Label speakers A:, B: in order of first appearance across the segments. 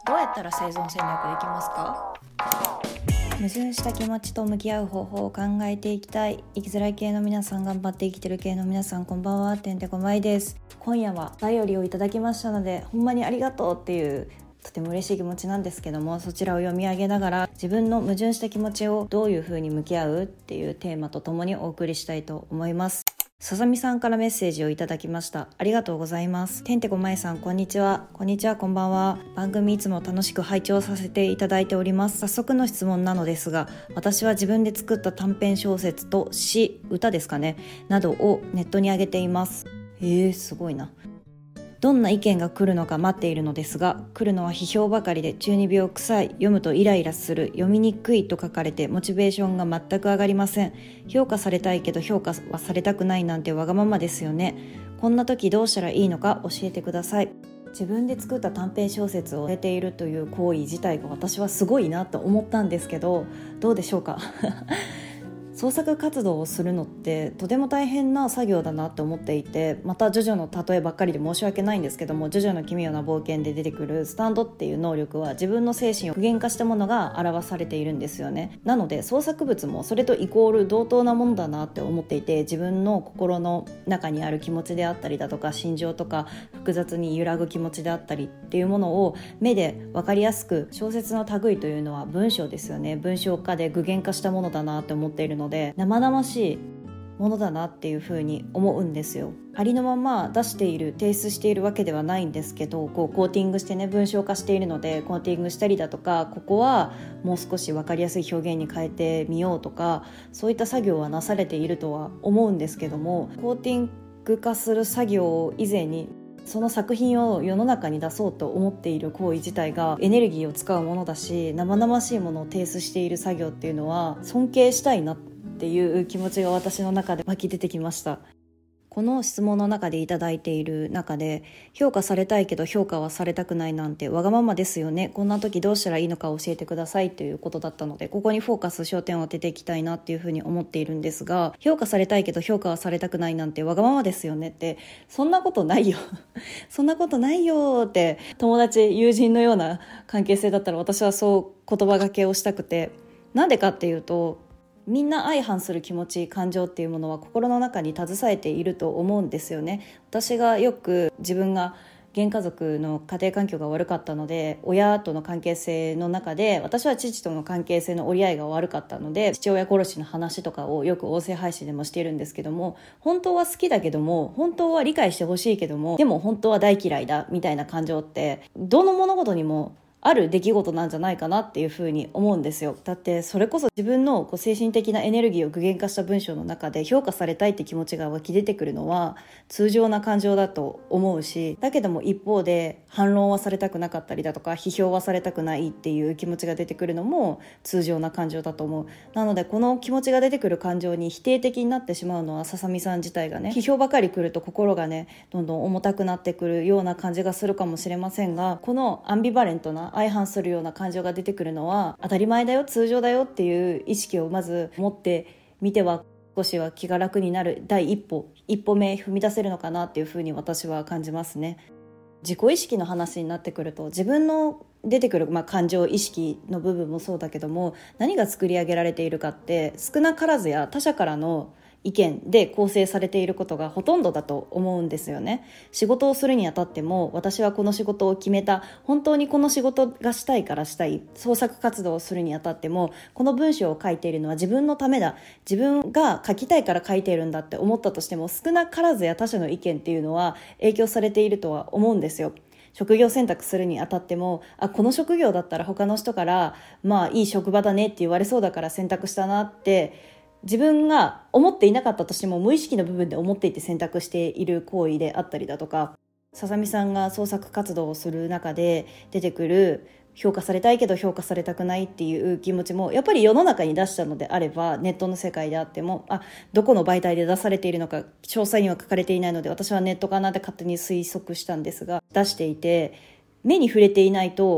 A: どうやったら生存戦略できますか？矛盾した気持ちと向き合う方法を考えていきたい。生きづらい系の皆さん、頑張って生きてる系の皆さん、こんばんは。てんてこまいです。今夜はお便りをいただきましたので、ほんまにありがとうっていうとても嬉しい気持ちなんですけども、そちらを読み上げながら自分の矛盾した気持ちをどういう風に向き合うっていうテーマとともにお送りしたいと思います。ささみさんからメッセージをいただきました。ありがとうございます。てんてこまいさん、こんにちは。こんにちは、こんばんは。番組いつも楽しく拝聴させていただいております。早速の質問なのですが、私は自分で作った短編小説と詩、歌ですかね、などをネットに上げています。すごいな。どんな意見が来るのか待っているのですが、来るのは批評ばかりで中二病臭い、読むとイライラする、読みにくいと書かれてモチベーションが全く上がりません。評価されたいけど評価はされたくないなんてわがままですよね。こんな時どうしたらいいのか教えてください。自分で作った短編小説を出ているという行為自体が私はすごいなと思ったんですけど、どうでしょうか創作活動をするのってとても大変な作業だなって思っていて、またジョジョの例えばっかりで申し訳ないんですけども、ジョジョの奇妙な冒険で出てくるスタンドっていう能力は自分の精神を具現化したものが表されているんですよね。なので創作物もそれとイコール同等なものだなって思っていて、自分の心の中にある気持ちであったりだとか、心情とか複雑に揺らぐ気持ちであったりっていうものを目で分かりやすく、小説の類というのは文章ですよね。文章化で具現化したものだなって思っているので、生々しいものだなっていう風に思うんですよ。ありのまま出している、提出しているわけではないんですけど、コーティングしてね、文章化しているのでコーティングしたりだとか、ここはもう少し分かりやすい表現に変えてみようとか、そういった作業はなされているとは思うんですけども、コーティング化する作業以前にその作品を世の中に出そうと思っている行為自体がエネルギーを使うものだし、生々しいものを提出している作業っていうのは尊敬したいなっていう気持ちが私の中で湧き出てきました。この質問の中でいただいている中で、評価されたいけど評価はされたくないなんてわがままですよね。こんな時どうしたらいいのか教えてくださいということだったので、ここにフォーカス、焦点を当てていきたいなっていうふうに思っているんですが、評価されたいけど評価はされたくないなんてわがままですよねって、そんなことないよそんなことないよって、友達、友人のような関係性だったら私はそう言葉がけをしたくて、なんでかっていうと、みんな相反する気持ち、感情っていうものは心の中に携えていると思うんですよね。私がよく自分が原家族の家庭環境が悪かったので、親との関係性の中で私は父との関係性の折り合いが悪かったので、父親殺しの話とかをよく音声配信でもしているんですけども、本当は好きだけども、本当は理解してほしいけども、でも本当は大嫌いだみたいな感情ってどの物事にもある出来事なんじゃないかなっていうふうに思うんですよ。だってそれこそ自分の精神的なエネルギーを具現化した文章の中で評価されたいって気持ちが湧き出てくるのは通常な感情だと思うし、だけども一方で反論はされたくなかったりだとか、批評はされたくないっていう気持ちが出てくるのも通常な感情だと思う。なのでこの気持ちが出てくる感情に否定的になってしまうのはささみさん自体がね、批評ばかり来ると心がね、どんどん重たくなってくるような感じがするかもしれませんが、このアンビバレントな相反するような感情が出てくるのは当たり前だよ、通常だよっていう意識をまず持ってみては、少しは気が楽になる第一歩目踏み出せるのかなっていうふうに私は感じますね。自己意識の話になってくると、自分の出てくる、感情意識の部分もそうだけども、何が作り上げられているかって少なからずや他者からの意見で構成されていることがほとんどだと思うんですよね。仕事をするにあたっても、私はこの仕事を決めた、本当にこの仕事がしたいからしたい。創作活動をするにあたっても、この文章を書いているのは自分のためだ、自分が書きたいから書いているんだって思ったとしても、少なからずや他者の意見っていうのは影響されているとは思うんですよ。職業選択するにあたっても、この職業だったら他の人からいい職場だねって言われそうだから選択したなって自分が思っていなかったとしても無意識の部分で思っていて選択している行為であったりだとか、ささみさんが創作活動をする中で出てくる評価されたいけど評価されたくないっていう気持ちも、やっぱり世の中に出したのであれば、ネットの世界であっても、どこの媒体で出されているのか詳細には書かれていないので、私はネットかなって勝手に推測したんですが、出していて目に触れていないと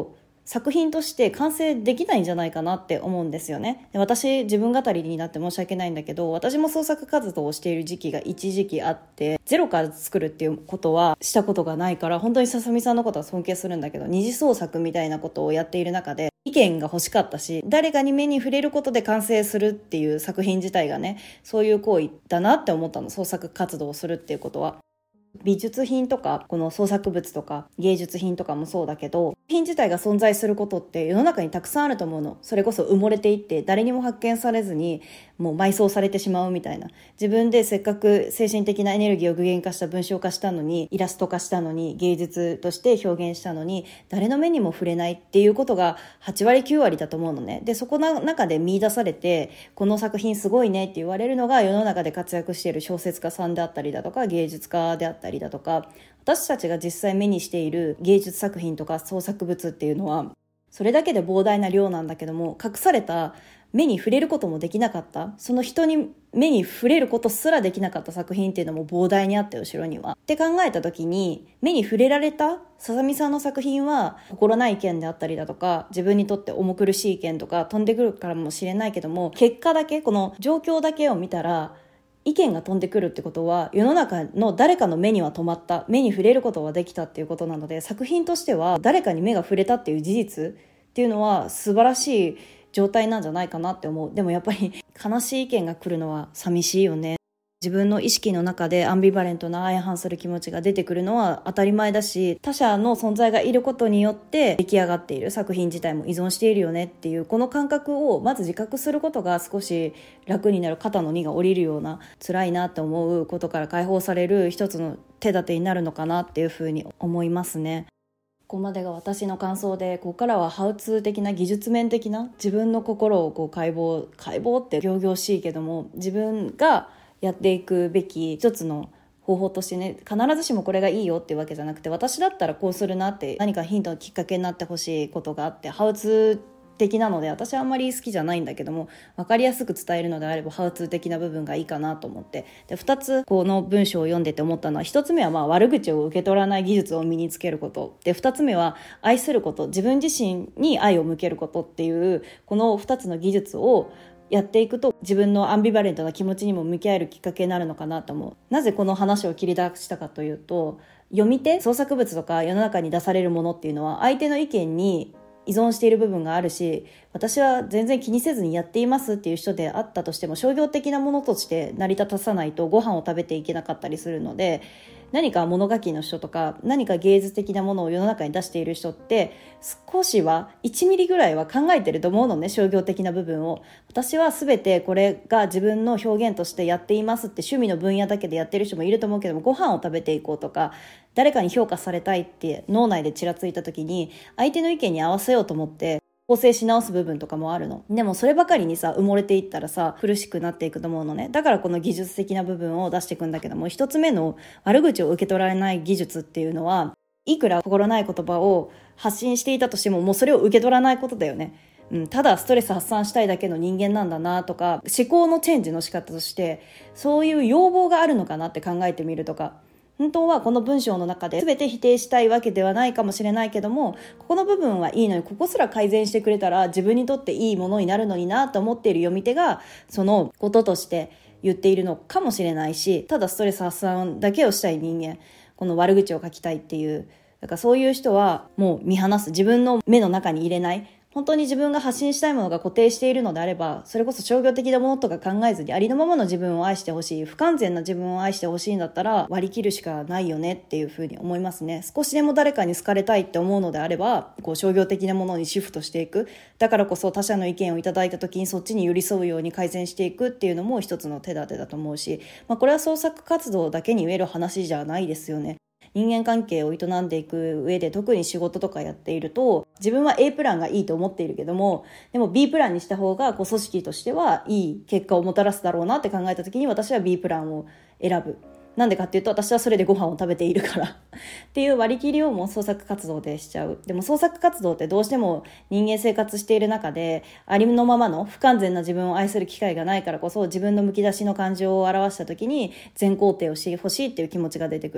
A: 作品として完成できないんじゃないかなって思うんですよね。で、私自分語りになって申し訳ないんだけど、私も創作活動をしている時期が一時期あって、ゼロから作るっていうことはしたことがないから、本当にささみさんのことは尊敬するんだけど、二次創作みたいなことをやっている中で意見が欲しかったし、誰かに目に触れることで完成するっていう作品自体がね、そういう行為だなって思ったの。創作活動をするっていうことは。美術品とかこの創作物とか芸術品とかもそうだけど、品自体が存在することって世の中にたくさんあると思うの。それこそ埋もれていって誰にも発見されずにもう埋葬されてしまうみたいな。自分でせっかく精神的なエネルギーを具現化した文章化したのに、イラスト化したのに、芸術として表現したのに、誰の目にも触れないっていうことが8割9割だと思うのね。でそこの中で見出されて、この作品すごいねって言われるのが世の中で活躍している小説家さんであったりだとか、芸術家であったりだとか、私たちが実際目にしている芸術作品とか創作物っていうのはそれだけで膨大な量なんだけども、隠された目に触れることもできなかった、その人に目に触れることすらできなかった作品っていうのも膨大にあった後ろにはって考えた時に、目に触れられたささみさんの作品は心ない意見であったりだとか、自分にとって重苦しい意見とか飛んでくるからもしれないけども、結果だけこの状況だけを見たら意見が飛んでくるってことは世の中の誰かの目には止まった、目に触れることはできたっていうことなので、作品としては誰かに目が触れたっていう事実っていうのは素晴らしい状態なんじゃないかなって思う。でもやっぱり悲しい意見が来るのは寂しいよね。自分の意識の中でアンビバレントな相反する気持ちが出てくるのは当たり前だし、他者の存在がいることによって出来上がっている作品自体も依存しているよねっていう、この感覚をまず自覚することが少し楽になる、肩の荷が下りるような、辛いなって思うことから解放される一つの手立てになるのかなっていうふうに思いますね。ここまでが私の感想で、ここからはハウツー的な技術面的な自分の心を解剖って仰々しいけども、自分がやっていくべき一つの方法としてね、必ずしもこれがいいよっていうわけじゃなくて、私だったらこうするなって何かヒントのきっかけになってほしいことがあって、ハウツー的なので私はあんまり好きじゃないんだけども、分かりやすく伝えるのであればハウツー的な部分がいいかなと思って、で2つこの文章を読んでて思ったのは、1つ目は悪口を受け取らない技術を身につけることで、2つ目は愛すること、自分自身に愛を向けることっていう、この2つの技術をやっていくと自分のアンビバレントな気持ちにも向き合えるきっかけになるのかなと思う。なぜこの話を切り出したかというと、読み手、創作物とか世の中に出されるものっていうのは相手の意見に依存している部分があるし、私は全然気にせずにやっていますっていう人であったとしても、商業的なものとして成り立たさないとご飯を食べていけなかったりするので、何か物書きの人とか何か芸術的なものを世の中に出している人って少しは1ミリぐらいは考えてると思うのね、商業的な部分を。私は全てこれが自分の表現としてやっていますって趣味の分野だけでやってる人もいると思うけども、ご飯を食べていこうとか誰かに評価されたいって脳内でちらついた時に相手の意見に合わせようと思って構成し直す部分とかもあるの。でもそればかりにさ埋もれていったらさ苦しくなっていくと思うのね。だからこの技術的な部分を出していくんだけども、一つ目の悪口を受け取られない技術っていうのは、いくら心ない言葉を発信していたとしてももうそれを受け取らないことだよね。ただストレス発散したいだけの人間なんだなとか、思考のチェンジの仕方としてそういう要望があるのかなって考えてみるとか、本当はこの文章の中で全て否定したいわけではないかもしれないけども、ここの部分はいいのにここすら改善してくれたら自分にとっていいものになるのになと思っている読み手がそのこととして言っているのかもしれないし、ただストレス発散だけをしたい人間、この悪口を書きたいっていう、だからそういう人はもう見放す、自分の目の中に入れない。本当に自分が発信したいものが固定しているのであれば、それこそ商業的なものとか考えずにありのままの自分を愛してほしい、不完全な自分を愛してほしいんだったら割り切るしかないよねっていうふうに思いますね。少しでも誰かに好かれたいって思うのであれば、こう商業的なものにシフトしていく。だからこそ他者の意見をいただいた時にそっちに寄り添うように改善していくっていうのも一つの手立てだと思うし、これは創作活動だけに言える話じゃないですよね。人間関係を営んでいく上で、特に仕事とかやっていると、自分は A プランがいいと思っているけども、でも B プランにした方が組織としてはいい結果をもたらすだろうなって考えた時に、私は B プランを選ぶ。なんでかっていうと、私はそれでご飯を食べているからっていう割り切りをもう創作活動でしちゃう。でも創作活動ってどうしても人間生活している中でありのままの不完全な自分を愛する機会がないからこそ、自分のむき出しの感情を表した時に全肯定をしてほしいっていう気持ちが出てくる。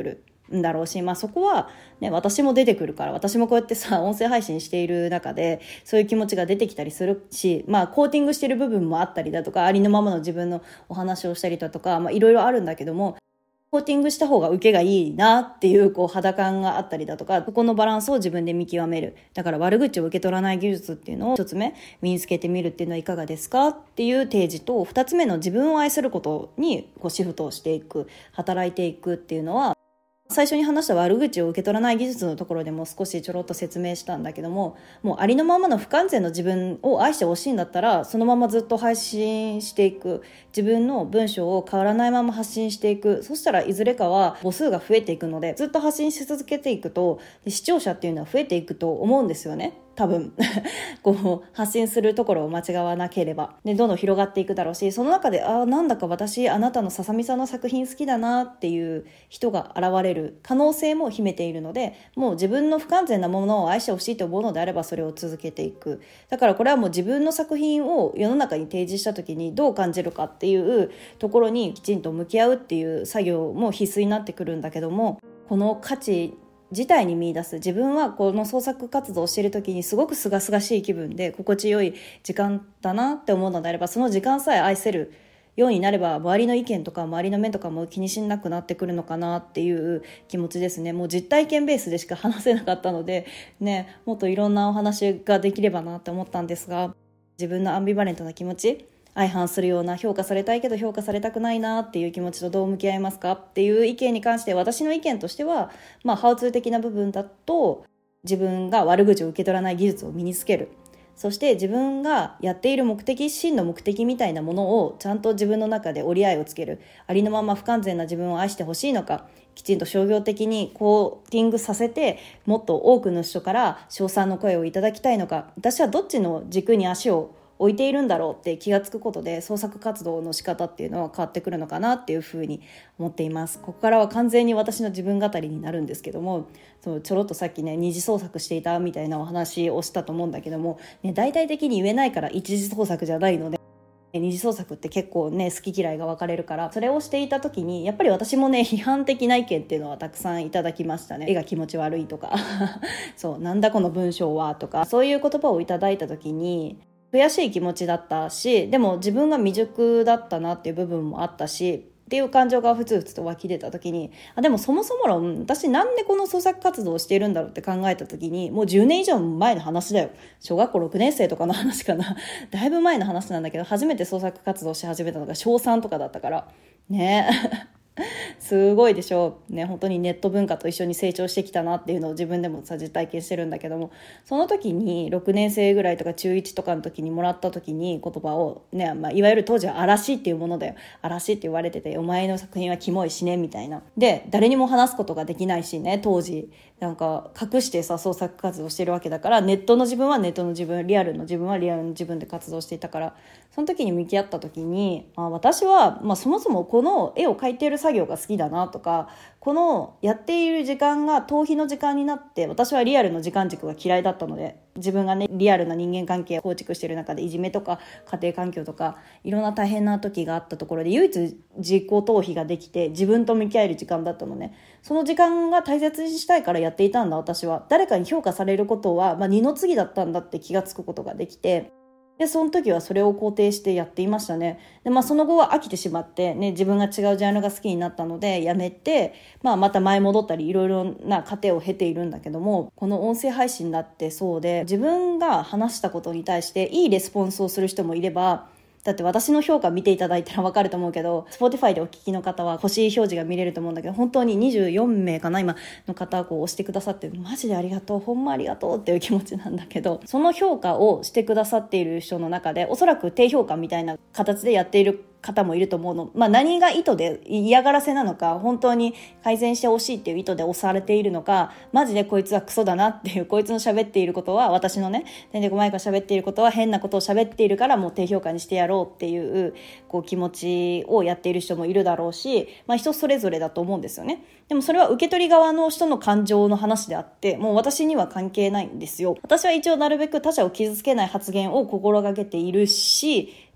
A: んだろうし、そこはね、私も出てくるから、私もこうやってさ、音声配信している中でそういう気持ちが出てきたりするし、コーティングしてる部分もあったりだとか、ありのままの自分のお話をしたりだとか、いろいろあるんだけども、コーティングした方が受けがいいなっていう肌感があったりだとか、そこのバランスを自分で見極める。だから悪口を受け取らない技術っていうのを一つ目身につけてみるっていうのはいかがですかっていう提示と、二つ目の自分を愛することにシフトをしていく、働いていくっていうのは、最初に話した悪口を受け取らない技術のところでも少しちょろっと説明したんだけども、もうありのままの不完全な自分を愛してほしいんだったら、そのままずっと配信していく。自分の文章を変わらないまま発信していく。そしたらいずれかは母数が増えていくので、ずっと発信し続けていくと視聴者っていうのは増えていくと思うんですよね、多分発信するところを間違わなければ。で、どんどん広がっていくだろうし、その中でなんだか私あなたのささみさんの作品好きだなっていう人が現れる可能性も秘めているので、もう自分の不完全なものを愛してほしいと思うのであれば、それを続けていく。だからこれはもう自分の作品を世の中に提示した時にどう感じるかっていうところにきちんと向き合うっていう作業も必須になってくるんだけども、この価値自体に見出す、自分はこの創作活動をしている時にすごく清々しい気分で心地よい時間だなって思うのであれば、その時間さえ愛せるようになれば、周りの意見とか周りの目とかも気にしなくなってくるのかなっていう気持ちですね。もう実体験ベースでしか話せなかったのでね、もっといろんなお話ができればなって思ったんですが、自分のアンビバレントな気持ち、相反するような、評価されたいけど評価されたくないなっていう気持ちとどう向き合いますかっていう意見に関して、私の意見としては、ハウツー的な部分だと、自分が悪口を受け取らない技術を身につける。そして自分がやっている目的、真の目的みたいなものをちゃんと自分の中で折り合いをつける。ありのまま不完全な自分を愛してほしいのか、きちんと商業的にコーティングさせて、もっと多くの人から称賛の声をいただきたいのか、私はどっちの軸に足を置いているんだろうって気がつくことで、創作活動の仕方っていうのは変わってくるのかなっていうふうに思っています。ここからは完全に私の自分語りになるんですけども、ちょろっとさっきね、二次創作していたみたいなお話をしたと思うんだけども、大々的に言えないから一次創作じゃないので、二次創作って結構ね、好き嫌いが分かれるから、それをしていた時にやっぱり私もね、批判的な意見っていうのはたくさんいただきましたね。絵が気持ち悪いとかそう、なんだこの文章はとか、そういう言葉をいただいた時に悔しい気持ちだったし、でも自分が未熟だったなっていう部分もあったしっていう感情がふつふつと湧き出た時に、でもそもそも論、私なんでこの創作活動をしているんだろうって考えた時に、もう10年以上前の話だよ。小学校6年生とかの話かなだいぶ前の話なんだけど、初めて創作活動し始めたのが小3とかだったからねすごいでしょうね。本当にネット文化と一緒に成長してきたなっていうのを自分でも実体験してるんだけども、その時に6年生ぐらいとか中1とかの時にもらった時に言葉をね、いわゆる当時は嵐っていうものだよ、嵐って言われてて、お前の作品はキモいしねみたいな。で、誰にも話すことができないしね、当時なんか隠してさ、創作活動してるわけだから、ネットの自分はネットの自分、リアルの自分はリアルの自分で活動していたから、その時に向き合った時に、私は、そもそもこの絵を描いている作業が好きだなとか、このやっている時間が逃避の時間になって、私はリアルの時間軸が嫌いだったので、自分がね、リアルな人間関係を構築している中で、いじめとか家庭環境とかいろんな大変な時があったところで、唯一自己逃避ができて自分と向き合える時間だったのね。その時間が大切にしたいからやっていたんだ。私は誰かに評価されることは、二の次だったんだって気がつくことができて、でその時はそれを肯定してやっていましたね。で、その後は飽きてしまって、ね、自分が違うジャンルが好きになったのでやめて、また前戻ったりいろいろな過程を経ているんだけども、この音声配信だってそうで、自分が話したことに対していいレスポンスをする人もいれば、だって私の評価見ていただいたら分かると思うけど、 Spotify でお聞きの方は星表示が見れると思うんだけど、本当に24名かな今の方を押してくださって、マジでありがとう、ほんまありがとうっていう気持ちなんだけど、その評価をしてくださっている人の中で、おそらく低評価みたいな形でやっている方もいると思うの。何が意図で嫌がらせなのか、本当に改善してほしいっていう意図で押されているのか、マジでこいつはクソだなっていう、こいつの喋っていることは、私のね、てんてこまいが喋っていることは変なことを喋っているからもう低評価にしてやろうっていう気持ちをやっている人もいるだろうし、人それぞれだと思うんですよね。でもそれは受け取り側の人の感情の話であって、もう私には関係ないんですよ。私は一応なるべく他者を傷つけない発言を心がけているし、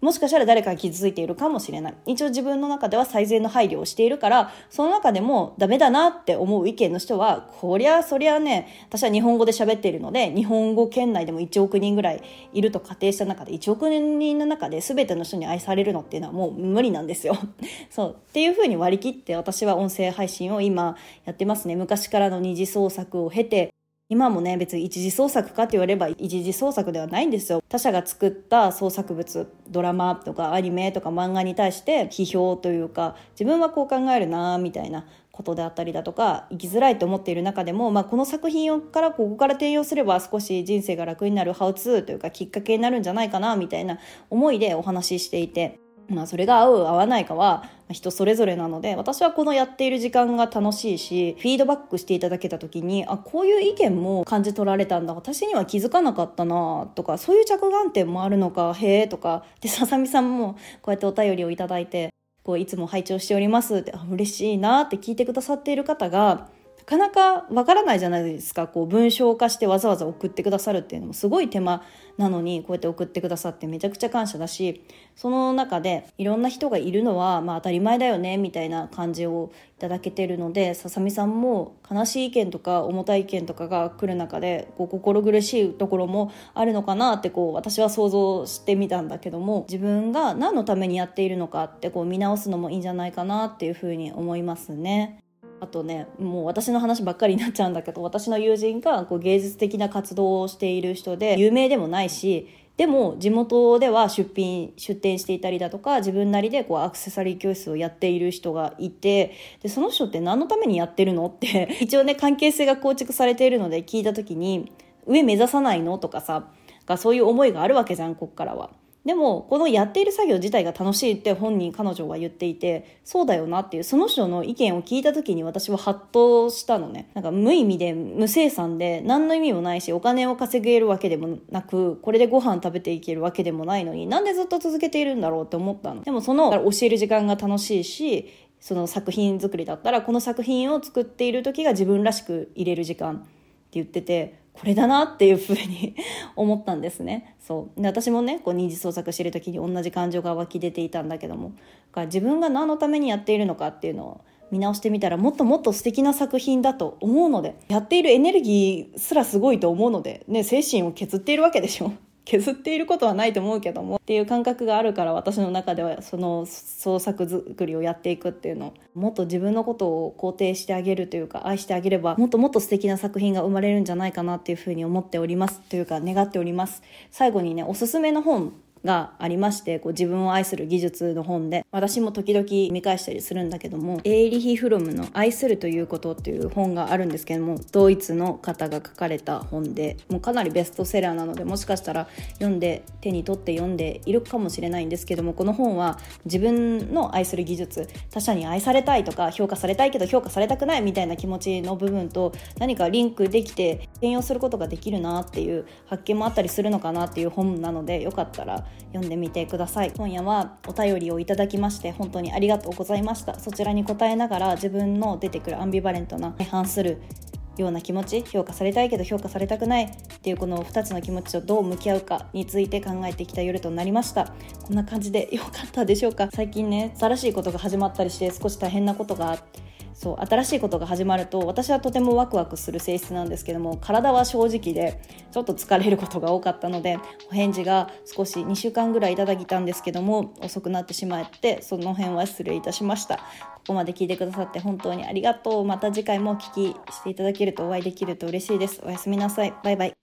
A: もしかしたら誰かが傷ついているかもしれない。一応自分の中では最善の配慮をしているから、その中でもダメだなって思う意見の人は、そりゃね、私は日本語で喋っているので、日本語圏内でも1億人ぐらいいると仮定した中で、1億人の中で全ての人に愛されるのっていうのはもう無理なんですよ。そうっていう風に割り切って私は音声配信を今やってますね。昔からの二次創作を経て、今もね、別に一次創作かって言われれば一次創作ではないんですよ。他者が作った創作物、ドラマとかアニメとか漫画に対して批評というか、自分はこう考えるなみたいなことであったりだとか、生きづらいと思っている中でも、この作品からここから転用すれば少し人生が楽になるハウツーというかきっかけになるんじゃないかなみたいな思いでお話ししていて、それが合う合わないかは人それぞれなので、私はこのやっている時間が楽しいし、フィードバックしていただけた時に、こういう意見も感じ取られたんだ、私には気づかなかったなとか、そういう着眼点もあるのか、へーとかで、ささみさんもこうやってお便りをいただいて、いつも拝聴しておりますって、嬉しいなって聞いてくださっている方がなかなかわからないじゃないですか。文章化してわざわざ送ってくださるっていうのもすごい手間なのに、こうやって送ってくださってめちゃくちゃ感謝だし、その中でいろんな人がいるのは当たり前だよねみたいな感じをいただけてるので、ささみさんも悲しい意見とか重たい意見とかが来る中で心苦しいところもあるのかなって私は想像してみたんだけども、自分が何のためにやっているのかって見直すのもいいんじゃないかなっていうふうに思いますね。あとね、もう私の話ばっかりになっちゃうんだけど、私の友人が芸術的な活動をしている人で、有名でもないし、でも地元では出店していたりだとか、自分なりでアクセサリー教室をやっている人がいて、でその人って何のためにやってるのって一応ね、関係性が構築されているので聞いた時に、上目指さないのとかさ、そういう思いがあるわけじゃん、こっからは。でもこのやっている作業自体が楽しいって彼女は言っていて、そうだよなっていう、その人の意見を聞いた時に私はハッとしたのね。無意味で無生産で何の意味もないし、お金を稼げるわけでもなく、これでご飯食べていけるわけでもないのに、なんでずっと続けているんだろうって思ったの。でもその教える時間が楽しいし、その作品作りだったらこの作品を作っている時が自分らしく入れる時間って言ってて、これだなっていうふうに思ったんですね。そうで、私もね、二次創作してる時に同じ感情が湧き出ていたんだけども、自分が何のためにやっているのかっていうのを見直してみたら、もっともっと素敵な作品だと思うので、やっているエネルギーすらすごいと思うので、ね、精神を削っているわけでしょ。削っていることはないと思うけどもっていう感覚があるから、私の中ではその創作作りをやっていくっていうの、もっと自分のことを肯定してあげるというか愛してあげれば、もっともっと素敵な作品が生まれるんじゃないかなっていうふうに思っておりますというか願っております。最後にね、おすすめの本がありまして、自分を愛する技術の本で、私も時々見返したりするんだけども、エーリヒ・フロムの愛するということっていう本があるんですけども、ドイツの方が書かれた本で、もうかなりベストセラーなので、もしかしたら手に取って読んでいるかもしれないんですけども、この本は自分の愛する技術、他者に愛されたいとか評価されたいけど評価されたくないみたいな気持ちの部分と何かリンクできて転用することができるなっていう発見もあったりするのかなっていう本なので、よかったら読んでみてください。今夜はお便りをいただきまして本当にありがとうございました。そちらに答えながら、自分の出てくるアンビバレントな相反するような気持ち、評価されたいけど評価されたくないっていうこの2つの気持ちとどう向き合うかについて考えてきた夜となりました。こんな感じでよかったでしょうか。最近ね、新しいことが始まったりして少し大変なことがあって、新しいことが始まると私はとてもワクワクする性質なんですけども、体は正直でちょっと疲れることが多かったので、お返事が少し2週間ぐらいいただいたんですけども遅くなってしまって、その辺は失礼いたしました。ここまで聞いてくださって本当にありがとう。また次回もお聞きしていただけると、お会いできると嬉しいです。おやすみなさい。バイバイ。